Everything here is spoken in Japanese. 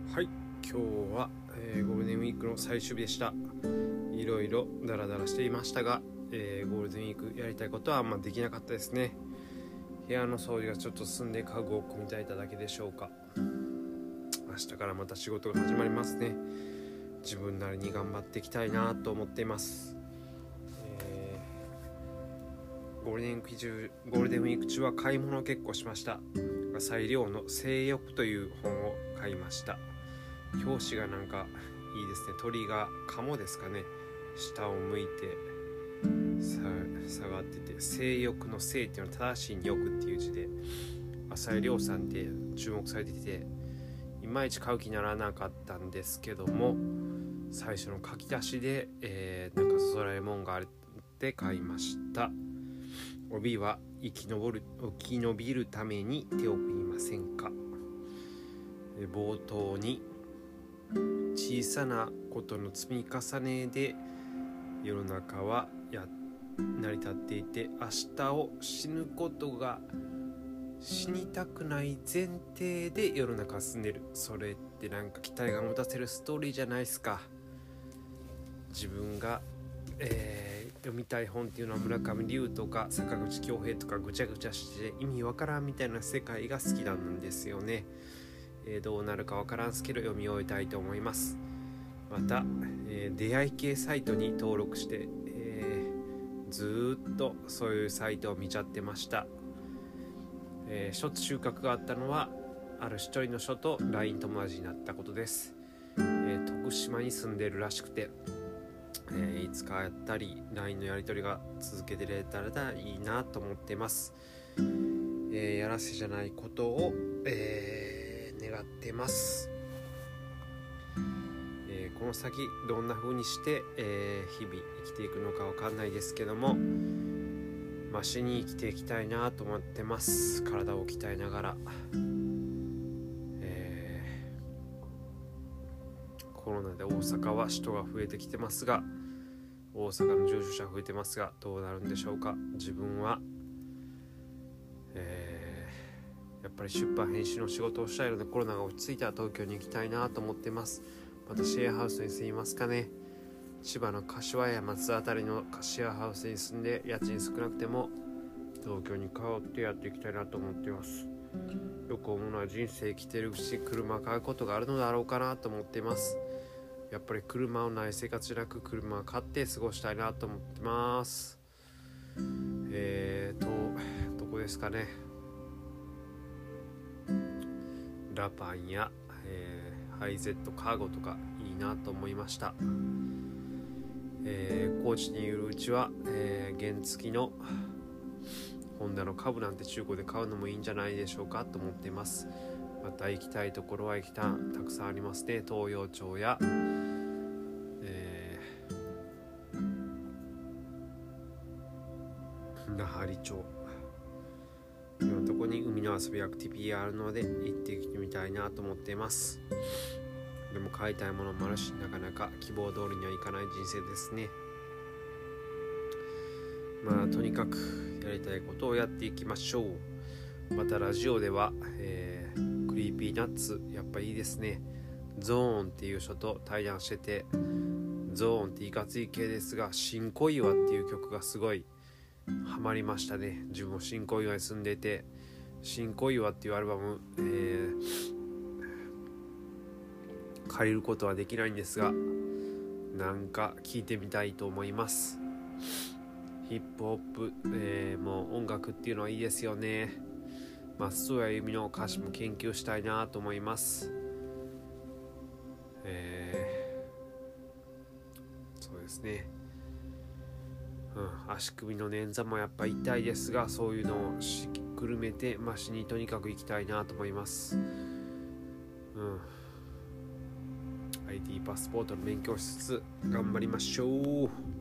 はい、今日は、ゴールデンウィークの最終日でした。いろいろダラダラしていましたが、ゴールデンウィークやりたいことはできなかったですね。部屋の掃除がちょっと進んで家具を組み替えただけでしょうか。明日からまた仕事が始まりますね。自分なりに頑張っていきたいなと思っています。ゴールデンウィーク中は買い物を結構しました。最良の性欲という本を買いました。表紙がなんかいいですね。鳥がカモですかね、下を向いて下がってて、性欲の性っていうのは正しいに欲っていう字で、浅井亮さんって注目されてて、いまいち買う気にならなかったんですけども、最初の書き出しで、なんかそそられもんがあって買いました。帯は生き延びるために手を組みませんか。冒頭に小さなことの積み重ねで世の中は成り立っていて、明日を死にたくない前提で世の中は進んでる。それってなんか期待が持たせるストーリーじゃないですか。自分が、読みたい本っていうのは村上龍とか坂口恭平とかぐちゃぐちゃして意味わからんみたいな世界が好きなんですよね。どうなるかわからんすけど読み終えたいと思います。また、出会い系サイトに登録して、ずっとそういうサイトを見ちゃってました。一つ収穫があったのは、ある一人の人と LINE 友達になったことです。徳島に住んでいるらしくて、いつかやったり LINE のやり取りが続けてれたらいいなと思ってます。やらせじゃないことを、願ってます。この先どんな風にして、日々生きていくのかわかんないですけども、マシに生きていきたいなと思ってます。体を鍛えながら、コロナで大阪は人が増えてきてますが、大阪の重症者増えてますが、どうなるんでしょうか。自分は、やっぱり出版編集の仕事をしたいので、コロナが落ち着いたら東京に行きたいなと思ってます。またシェアハウスに住みますかね。千葉の柏や松田あたりのシェアハウスに住んで、家賃少なくても東京に通ってやっていきたいなと思っています。よく思うのは、人生生きてるし車を買うことがあるのだろうかなと思っています。やっぱり車をない生活じゃなく、車を買って過ごしたいなと思ってます。どこですかね。ラパンや、ハイゼットカーゴとかいいなと思いました。高知にいるうちは、原付のホンダの株なんて中古で買うのもいいんじゃないでしょうかと思っています。また行きたいところはたくさんありますね。東洋町や、那覇里町、いろんなとこに海の遊びアクティビティあるので行ってきてみたいなと思っています。でも買いたいものもあるし、なかなか希望通りにはいかない人生ですね。とにかくやりたいことをやっていきましょう。またラジオでは、クリーピーナッツやっぱいいですね。ゾーンっていう人と対談してて、ゾーンっていかつい系ですが、新小岩っていう曲がすごいハマりましたね。自分も新小岩に住んでて、新小岩っていうアルバム、借りることはできないんですが、なんか聴いてみたいと思います。ヒップホップ、もう音楽っていうのはいいですよね。松任谷由実の歌詞も研究したいなと思います。そうですね、足首の捻挫もやっぱ痛いですが、そういうのをしっくるめてマシにとにかく行きたいなと思います。IT パスポートの勉強しつつ頑張りましょう。